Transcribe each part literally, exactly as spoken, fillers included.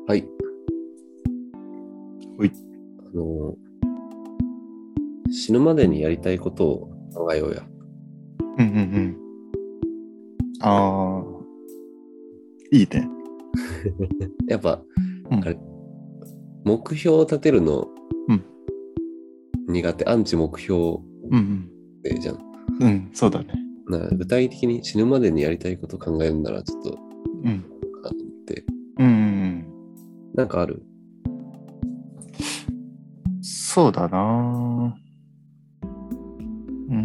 はい。 はい。 あの、死ぬまでにやりたいことを考えようや。 うんうんうん。ああ、いいね。 やっぱ、 うん。 あれ、目標を立てるのうん。 苦手、アンチ目標うんでじゃん。 うん。うん、そうだね。 な具体的に死ぬまでにやりたいことを考えるなら、ちょっと、かうん。 なと思って。 うんうんうん。 なんかある？ そうだな。うん。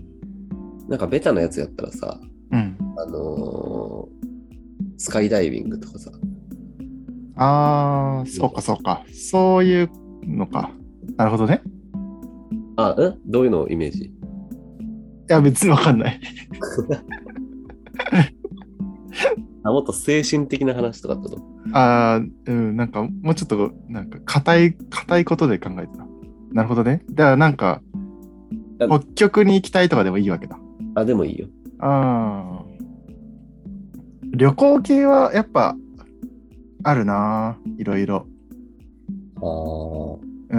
なんかベタなやつやったらさ、 うん。 あのースカイダイビングとかさ。 ああ、そうかいいじゃん。 そうか。そういうのか。なるほどね。 あ、んどういうのをイメージ？ いや、別にわかんない。 あ、もっと精神的な話とかってこと？ ああ、うん、なんか、もうちょっと、なんか、硬い、硬いことで考えてた。なるほどね。だからなんか、 あ、 北極に行きたいとかでもいいわけだ。 あ、でもいいよ。 ああ、旅行系はやっぱあるな。いろいろ。 ああ、 うん。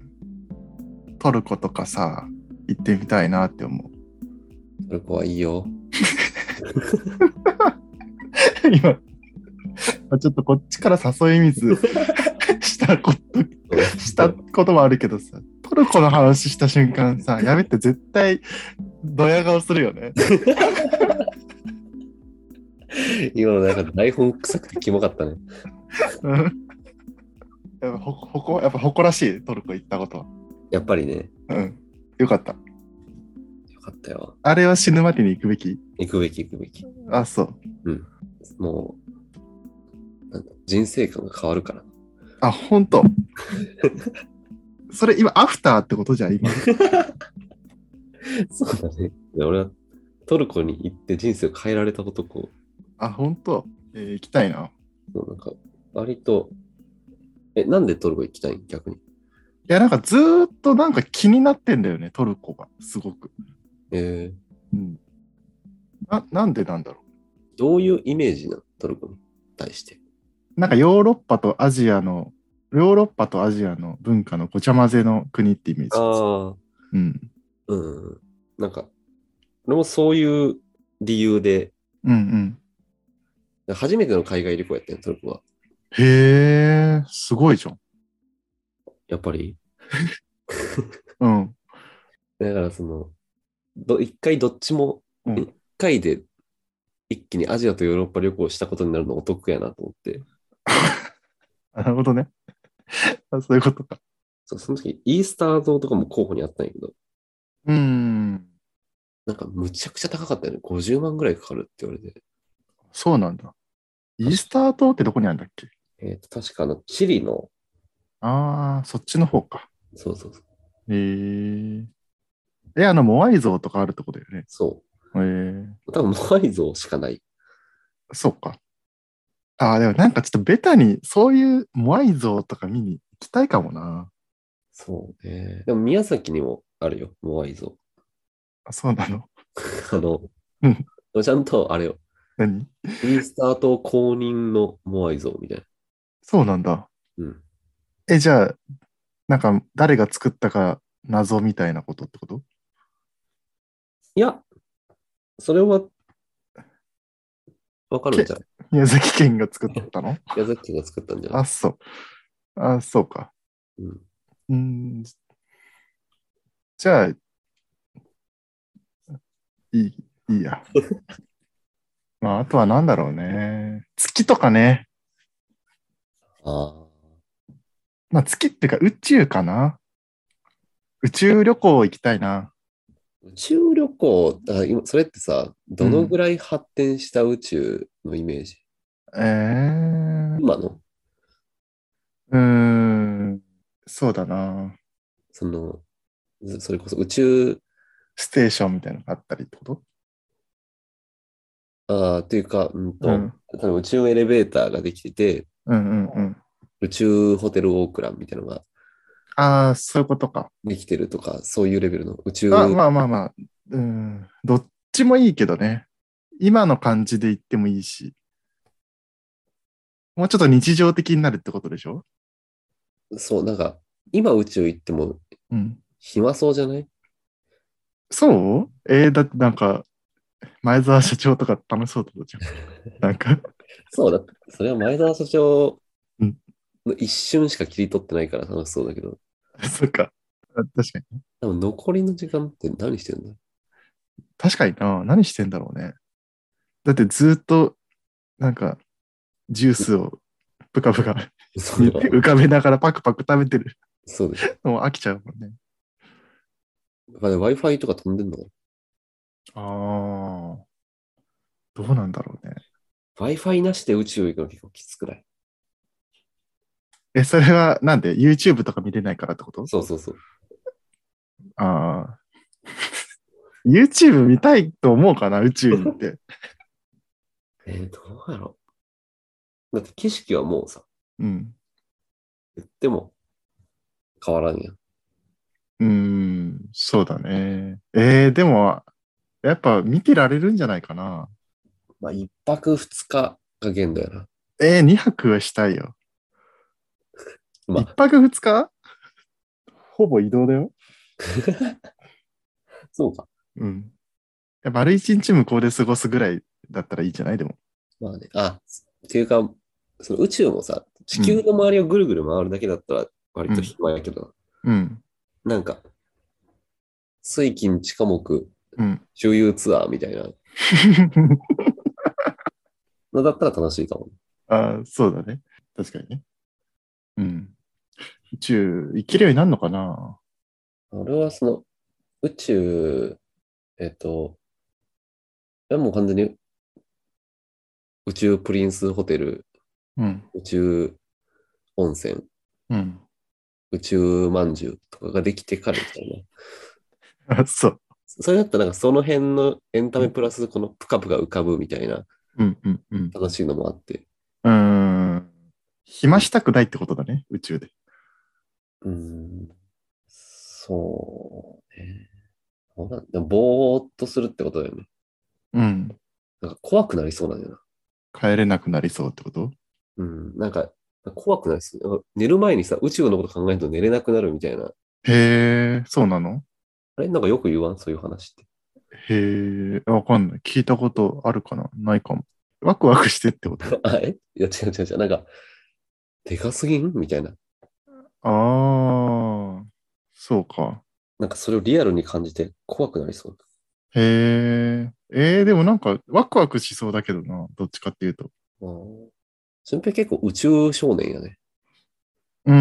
トルコとかさ、行ってみたいなって思う。 トルコはいいよ。 今、ちょっとこっちから誘い水したこと、したこともあるけどさ、トルコの話した瞬間さ、やめて絶対ドヤ顔するよね。 今のなんか台本臭くてキモかったね。 うん。やっぱほ、ほこ、やっぱ誇らしい、トルコ行ったことは。 やっぱりね、 うん。よかった。 よかったよ。 あれは死ぬまでに行くべき？ 行くべき行くべき。 あ、そう。 うん。もう、なんだ人生観が変わるから。 あ、ほんと。それ今、アフターってことじゃん、今。 そうだね。で俺はトルコに行って人生を変えられた男。 あ、ほんと。えー行きたいな。 そうなんか、割と、え、なんでトルコ行きたいん逆に？ いや、なんかずーっとなんか気になってんだよね、トルコが。すごく。 えー、 うん。な、なんでなんだろどういうイメージなのトルコに対して？ う。なんかヨーロッパとアジアの、ヨーロッパとアジアの文化のごちゃ混ぜの国ってイメージです。 ああ、 うん。 うん。なんか、俺もそういう理由で、 うんうん。 初めての海外旅行やったんトルコは。 へえ、すごいじゃん。 やっぱり。 うん。 だからその、ど一回どっちも、一うん。 回で一気にアジアとヨーロッパ旅行したことになるのお得やなと思って、 なるほどね。あ、そういうことか。 そう、その時イースター島とかも候補にあったんやけど、 うーん。 なんかむちゃくちゃ高かったよね。ごじゅうまんぐらいかかるって言われて。 そうなんだ。イース確か、 ター島ってどこにあるんだっけ？ えーと、確かあの、チリの、 ああー、そっちの方か。 そうそうそう、 へえ。え、あの、モアイ像とかあるとこだよね。 そへえ。 う、多分モアイ像しかない。 そうか。ああ、でもなんかちょっとベタにそういうモアイ像とか見に行きたいかもな。 そうね。でも宮崎にもあるよ、モアイ像。 あ、そうなの。 あの、 うん。 ちゃんとあれよ、 何？ イースター島公認のモアイ像みたいな。 そうなんだ。 うん。 え、じゃあ、なんか誰が作ったか謎みたいなことってこと？ いや、それはわかるんけ、 じゃない？ 宮崎県が作ったの？ 宮崎が作ったんじゃない？ あ、そう。あ、そうか。 うん。 うーん。じゃあ、いい、いいや。まあ、あとは何だろうね。月とかね。 ああ。 まあ、月っていうか宇宙かな。宇宙旅行行きたいな。 宇宙旅行、あ、今、それってさ、どのぐうん。 らい発展した宇宙のイメージ？ ええ、 今の、 うーん。そうだな。 その、それこそ宇宙、 ステーションみたいなのがあったりってこと？ ああ、というか、うんと、 うん。 多分宇宙エレベーターができてて、 うんうんうん。 宇宙ホテルオークランみたいなのがああ、そういうことか。 できてるとか、そういうレベルの宇あ、 宙、 まあまあまあ。うん。どっちもいいけどね。今の感じで言ってもいいし。 もうちょっと日常的になるってことでしょ？ そう、なんか、今宇宙行ってもうん。 暇そうじゃない？ そうえー、だってなんか、前澤社長とか楽しそうだったじゃん。なんかそうだって、それは前澤社長うん。 の一瞬しか切り取ってないから楽しそうだけど、 そっか。あ確かに。 でも残りの時間って何してるんだ？ 確かにな。何してんだろうね。だってずっと、なんか、ジュースをぷかぷかそれは、 浮かべながらパクパク食べてるそうでしょ。 のも飽きちゃうもんね。 あれ Wi-Fi とか飛んでんの？ ああ、どうなんだろうね。 Wi-Fi なしで宇宙行くの結構きつくない？ え、それはなんで YouTube とか見れないからってこと？ そうそうそう。 ああー、YouTube 見たいと思うかな、宇宙に行って。 えー、どうやろう。だって景色はもうさ、 うん。 言っても変わらんやん。 うーん、そうだね。えー、でも、やっぱ見てられるんじゃないかな。 まあ、一泊二日が限度やな。 えー、にはくはしたいよ。 まあ、 一泊二日ほぼ移動だよ。 そうか。 うん。丸一日向こうで過ごすぐらいだったらいいんじゃないでも。 まあね。あ、っていうか、その宇宙もさ、地うん。 球の周りをぐるぐる回るだけだったら割とうん。 暇やけど、 うん。 なんか、水金地下木うん。 周遊ツアーみたいなのだったら楽しいかもね。 ああ、そうだね。確かにね。うん。宇宙行けるようになるのかな？ 俺はその宇宙、えっと、いやもう完全に宇宙プリンスホテル、 うん。 宇宙温泉、 うん。 宇宙まんじゅうとかができてから行きたいな。 あ、そう。 それだったらなんかその辺のエンタうん。 メプラスこのプカプカ浮かぶみたいなうん。うん。うん。 楽しいのもあって。 うーん。暇したくないってことだね、宇宙で。 うん、そうね。そうなんでもぼーっとするってことだよね。 うん。 なんか怖くなりそうなんだよな。 帰れなくなりそうってこと？ うん、なんか怖くないですね。なんか寝る前にさ、宇宙のこと考えると寝れなくなるみたいな。 へえ、そうなの？ あれなんかよく言わんそういう話って。 へえ、わかんない。聞いたことあるかな？ないかも。ワクワクしてってこと？ あ、えいや違う違う違う。なんか、でかすぎんみたいな。 ああ、そうか。 なんかそれをリアルに感じて怖くなりそう。 へえ、えー、でもなんかワクワクしそうだけどな。どっちかっていうと。 あー俊平結構宇宙少年やね。 うん、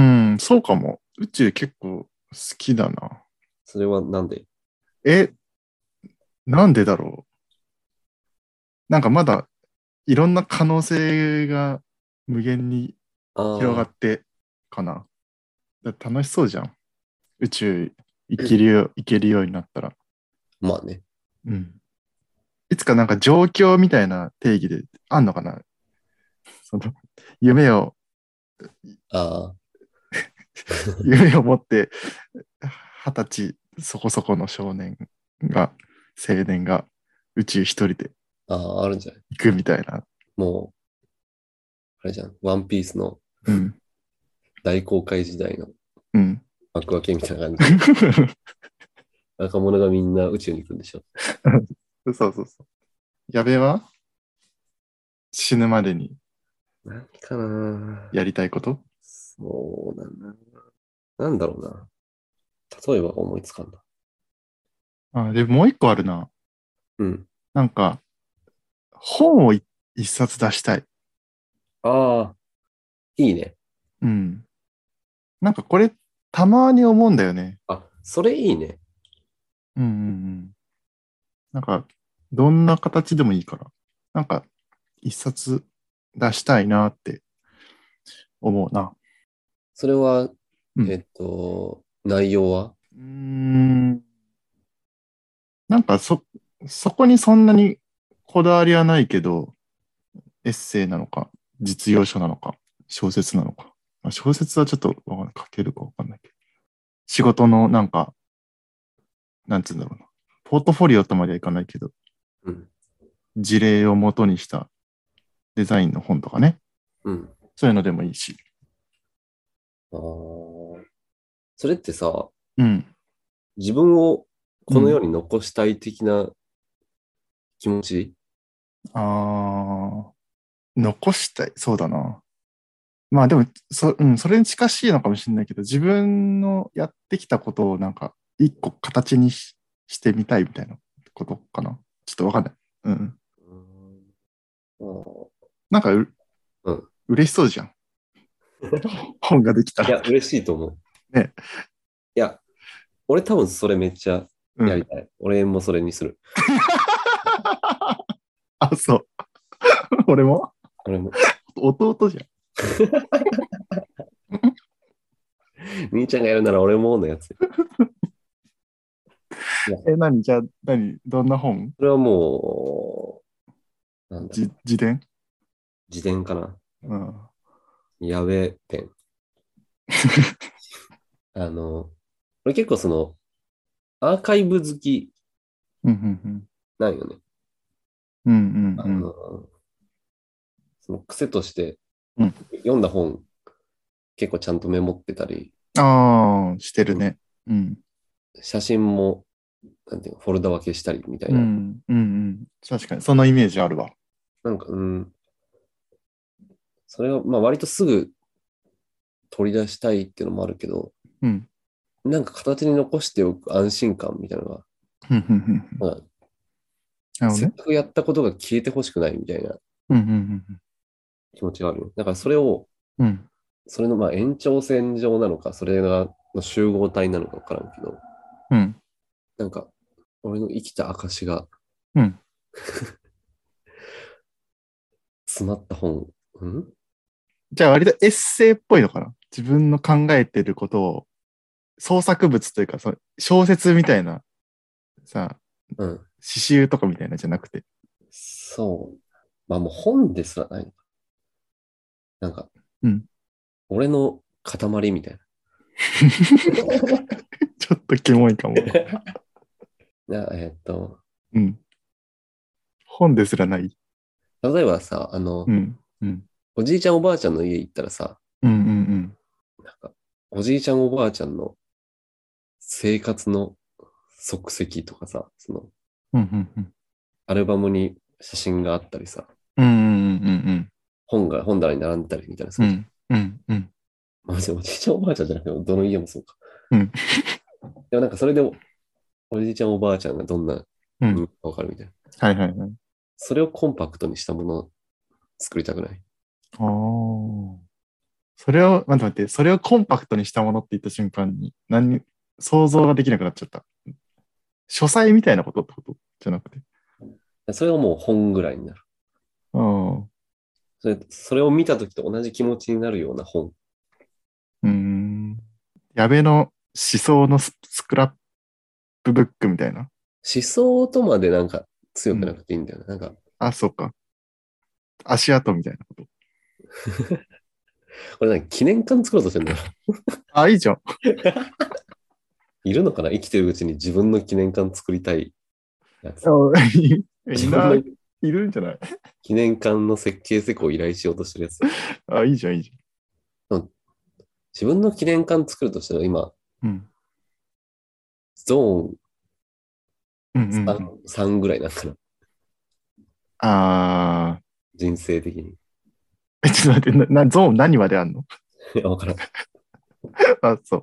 そうかも。宇宙結構好きだな。 それはなんで？ え、なんでだろう。なんかまだいろんな可能性が無限に広がああ、 ってかな。だって楽しそうじゃん。宇宙行けるよ、行けるようになったら。 まあね。 うん。いつかなんか状況みたいな定義であんのかな？その夢を、 ああ、 夢を持って二十歳そこそこの少年が、青年が宇宙一人でああ、あるんじゃない？ 行くみたいな。 もう、あれじゃん。ワンピースのうん。 大航海時代のうん。 幕開けみたいな感じで、若者がみんな宇宙に行くんでしょ。 そうそうそう。矢部は死ぬまでに何かな？ やりたいこと？ そうだな。なんだろうな。例えば思いつかんな。 あ、で、もう一個あるな。 うん。 なんか、本をい一冊出したい。 ああ、いいね。 うん。なんかこれ、たまに思うんだよね。 あ、それいいね。 うんうんうん。なんか、どんな形でもいいから。なんか、一冊出したいなって思うな。 それは、 うん。 えっと、内容は？ うーん。なんかそ、そこにそんなにこだわりはないけど、エッセイなのか、実用書なのか、小説なのか。まあ、小説はちょっとわかんない。書けるかわかんないけど。仕事のなんか、なんつうんだろうな。ポートフォリオとまではいかないけど、 うん。 事例を元にしたデザインの本とかね。 うん。 そういうのでもいいし。 あーそれってさ、 うん。 自分をこの世うん。 に残したい的な気持ち、 ああ、残したい。そうだな。まあでも、そ、うん、それに近しいのかもしれないけど、自分のやってきたことをなんか、一個形にし、してみたいみたいなことかな。ちょっとわかんない。うん。 うんあーなんかう、 うん。 嬉しそうじゃん。本ができたら。 いや、嬉しいと思う。 ね。 いや、俺多分それめっちゃうん。 やりたい。俺もそれにする。 あ、そう。俺も俺も。 弟じゃん。 兄ちゃんがやるなら俺ものやつ。いや、 え、何じゃあ、何どんな本それはもう、なんだろじ、 う。 自伝自伝かな。 うん。 やべペン。あの、俺結構その、アーカイブ好きうん、うん、 なんよね。 うん。うん、 あうん、 の、その癖としてうん。 読んだ本結構ちゃんとメモってたり、 ああ、してるうんね。うん。 写真も、なんていうの、フォルダ分けしたりみたいな。 うん、うん、うん。確かに、そのイメージあるわ。 なんか、うん、それは、まあ割とすぐ取り出したいっていうのもあるけど、 うん。 なんか形に残しておく安心感みたいなのが、 うん、うん、うん。 まあ、 なるほどね。 せっかくやったことが消えてほしくないみたいなうん、うん、 気持ちがあるよ。だからそれを、 うん。うん。 それのまあ延長線上なのか、それがの集合体なのかわからんけど、 うん。 なんか、俺の生きた証がうん。 詰まった本、うんじゃあ、割とエッセイっぽいのかな自分の考えてることを、創作物というか、その小説みたいな、さ、 うん。 詩集とかみたいなじゃなくて。 そう。まあもう本ですらないのか。なんか、 うん。 俺の塊みたいちょっとキモいかも。 な。なえーっと、 うん。本ですらない。 例えばさ、あの、 うん。うん。 おじいちゃんおばあちゃんの家行ったらさ、 うん。うん。 なんか、おじいちゃんおばあちゃんの生活の足跡とかさ、その、 うん。うん。うん。 アルバムに写真があったりさ、 うん。うん。うん。 本が本棚に並んでたりみたいなするじうん。うん。うん。 ゃん。まあ、でもおじいちゃんおばあちゃんじゃなくて、どの家もそうか。 うん。 でもなんかそれでお、おじいちゃんおばあちゃんがどんなうん。 人間かわかるみたいな。 はいはいはい。 それをコンパクトにしたものを作りたくない。 ああ。それを、待って待って、それをコンパクトにしたものって言った瞬間に、何に、想像ができなくなっちゃった。書斎みたいなことってことじゃなくて。 それがもう本ぐらいになる。 ああ。 それ、それを見たときと同じ気持ちになるような本。 うーん。矢部の思想のス、スクラップブックみたいな。 思想とまでなんかうん。 強くなくていいんだよね。なんか、 あ、そうか。足跡みたいなこと。 これなんか記念館作ろうとしてんだよ。 あ、いいじゃん。 いるのかな生きてるうちに自分の記念館作りたいやつ。 あいみんな、 自分のいるんじゃない？ 記念館の設計施工を依頼しようとしてるやつ。 あ、いいじゃん、いいじうん自分の記念館作るとしたら今、 ゃん。うん。 ゾーンうんうんうん。 さん、さんぐらいなんかな。 あ人生的に。 ー、え、ちょっと待って、な、なゾーン何まであんの？ いや、わからん。 あ、そう。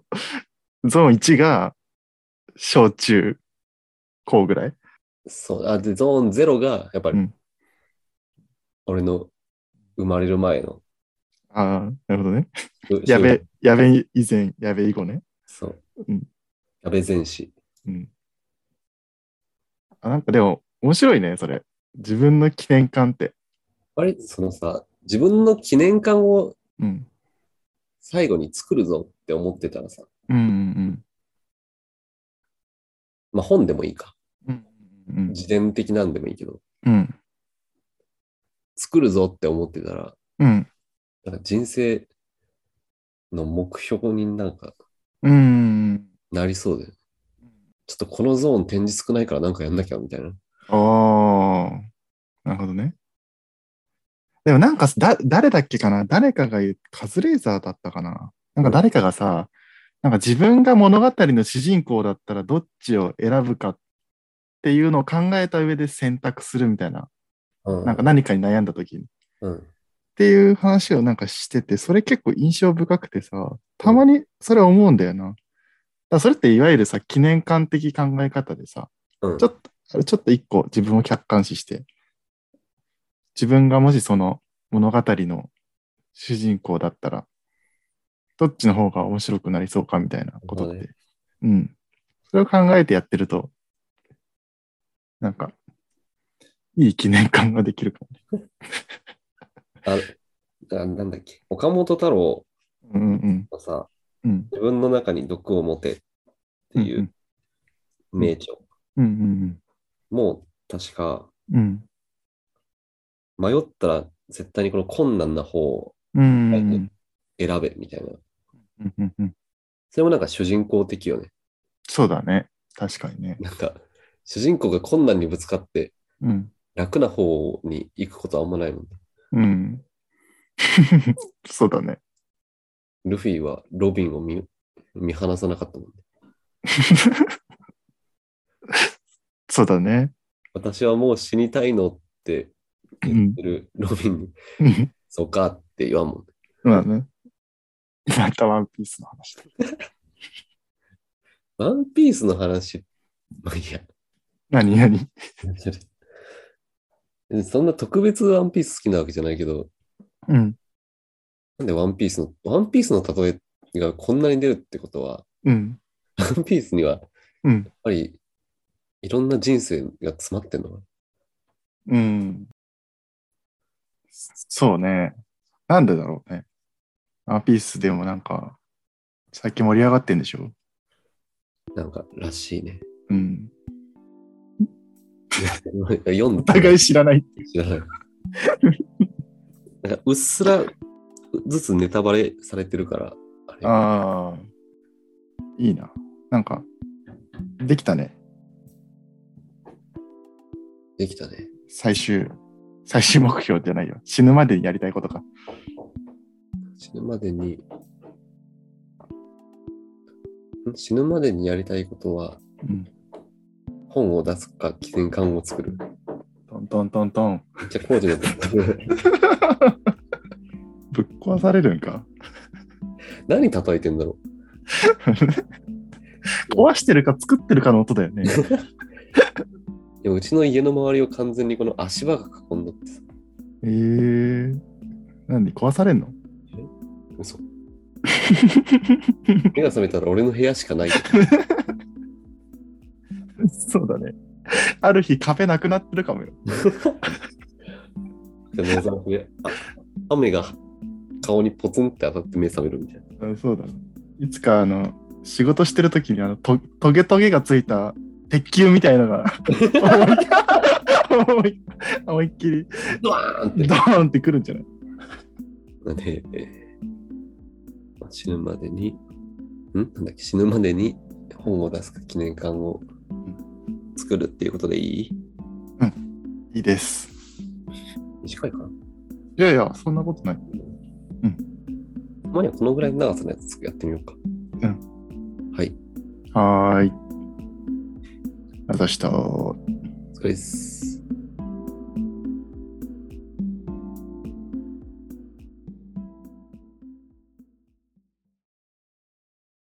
ゾーンいちが小中高ぐらい。 そう。あ、で、ゾーンゼロが、やっぱりうん。 俺の生まれる前の、 ああ、なるほどね。 うしゅやべ、やべ以前、やべ以後ね。 そう。 うん。 安倍前史。 うん。あ、なんかでも、面白いね、それ。自分の記念館って。 あれ、そのさ、自分の記念館をうん。 最後に作るぞって思ってたらさ、 うんうんまあ本でもいいか。 うん。うん。 自伝的なんでもいいけど、 うん。 作るぞって思ってたら、 うん。 なんか人生の目標になんかうん。 なりそうで、ちょっとこのゾーン展示少ないからなんかやんなきゃみたいな。 ああ、なるほどね。 でもなんかだ、誰だっけかな誰かが言う、カズレーザーだったかななんか誰かがさ、なんか自分が物語の主人公だったらどっちを選ぶかっていうのを考えた上で選択するみたいな、 うん。 なんか何かに悩んだ時に。っうん。 ていう話をなんかしてて、それ結構印象深くてさ、たうん。 まにそれ思うんだよな。だからそれっていわゆるさ、記念館的考え方でさ、 うん。 ちょっと、ちょっと一個自分を客観視して、自分がもしその物語の主人公だったら、どっちの方が面白くなりそうかみたいなことっそうね。 て、うん。それを考えてやってると、なんか、いい記念館ができるかもね。 あ、あなんだっけ。岡本太郎うんうんのさ、 うん。 自分の中に毒を持てっていううんうんうん名著うんうんも確か、 うん。 迷ったら絶対にこの困難な方をうんうんうん選べみたいな。 うんうんうん。 それもなんか主人公的よね。 そうだね。確かにね。 なんか、主人公が困難にぶつかってうん。 楽な方に行くことはあんまないもんね。 うん。そうだね。 ルフィはロビンを見見放さなかったもんね。 そうだね。 私はもう死にたいのって言っうん。 てるロビンに、 うんそうかって言わんもんね。 まあね。またワンピースの話だ。 ワンピースの話、まあいいや。 何何そんな特別ワンピース好きなわけじゃないけど、 うん。 なんでワンピースの、ワンピースの例えがこんなに出るってことは、 うん。 ワンピースにはやっうん。 ぱりいろんな人生が詰まってんのかうん。そうね。なんでだろうね。ワンピースでもなんか、最近盛り上がってんでしょ？ な。なんからしいね。 うん。 読んでお互い知らないっていう。 知らない。なんかうっすらずつネタバレされてるから、あれ。 ああ、いいな。なんか、できたね。 できたね。 最終、最終目標じゃないよ。死ぬまでにやりたいことか。 死ぬまでに、ん死ぬまでにやりたいことは、 うん。 本を出すか、記念館を作る。 トントントントン。 めっちゃ工事のぶっ壊されるんか。 何叩いてんだろ壊してるか作ってるかの音だよね。 う。でもうちの家の周りを完全にこの足場が囲んだってさ。 えー、なんで壊されんの？ 嘘。目が覚めたら俺の部屋しかない。 そうだね。ある日壁なくなってるかもよ。 目覚めあ雨が顔にポツンって当たって目覚めるみたいな。 あ、そうだね。いつかあの仕事してる時にあのとトゲトゲがついた鉄球みたいのが思い思いっきりドワーンってド。ーンってくるんじゃない？ なんで、えー死ぬまでに、んなんだっけ、死ぬまでに本を出すか記念館を作るっていうことでいい？ いいです。 短いかな？ いやいや、そんなことない。 まあいいや、このぐらいの長さのやつやってみようか。 うん。 はい。 はーい。あざした。 お疲れです。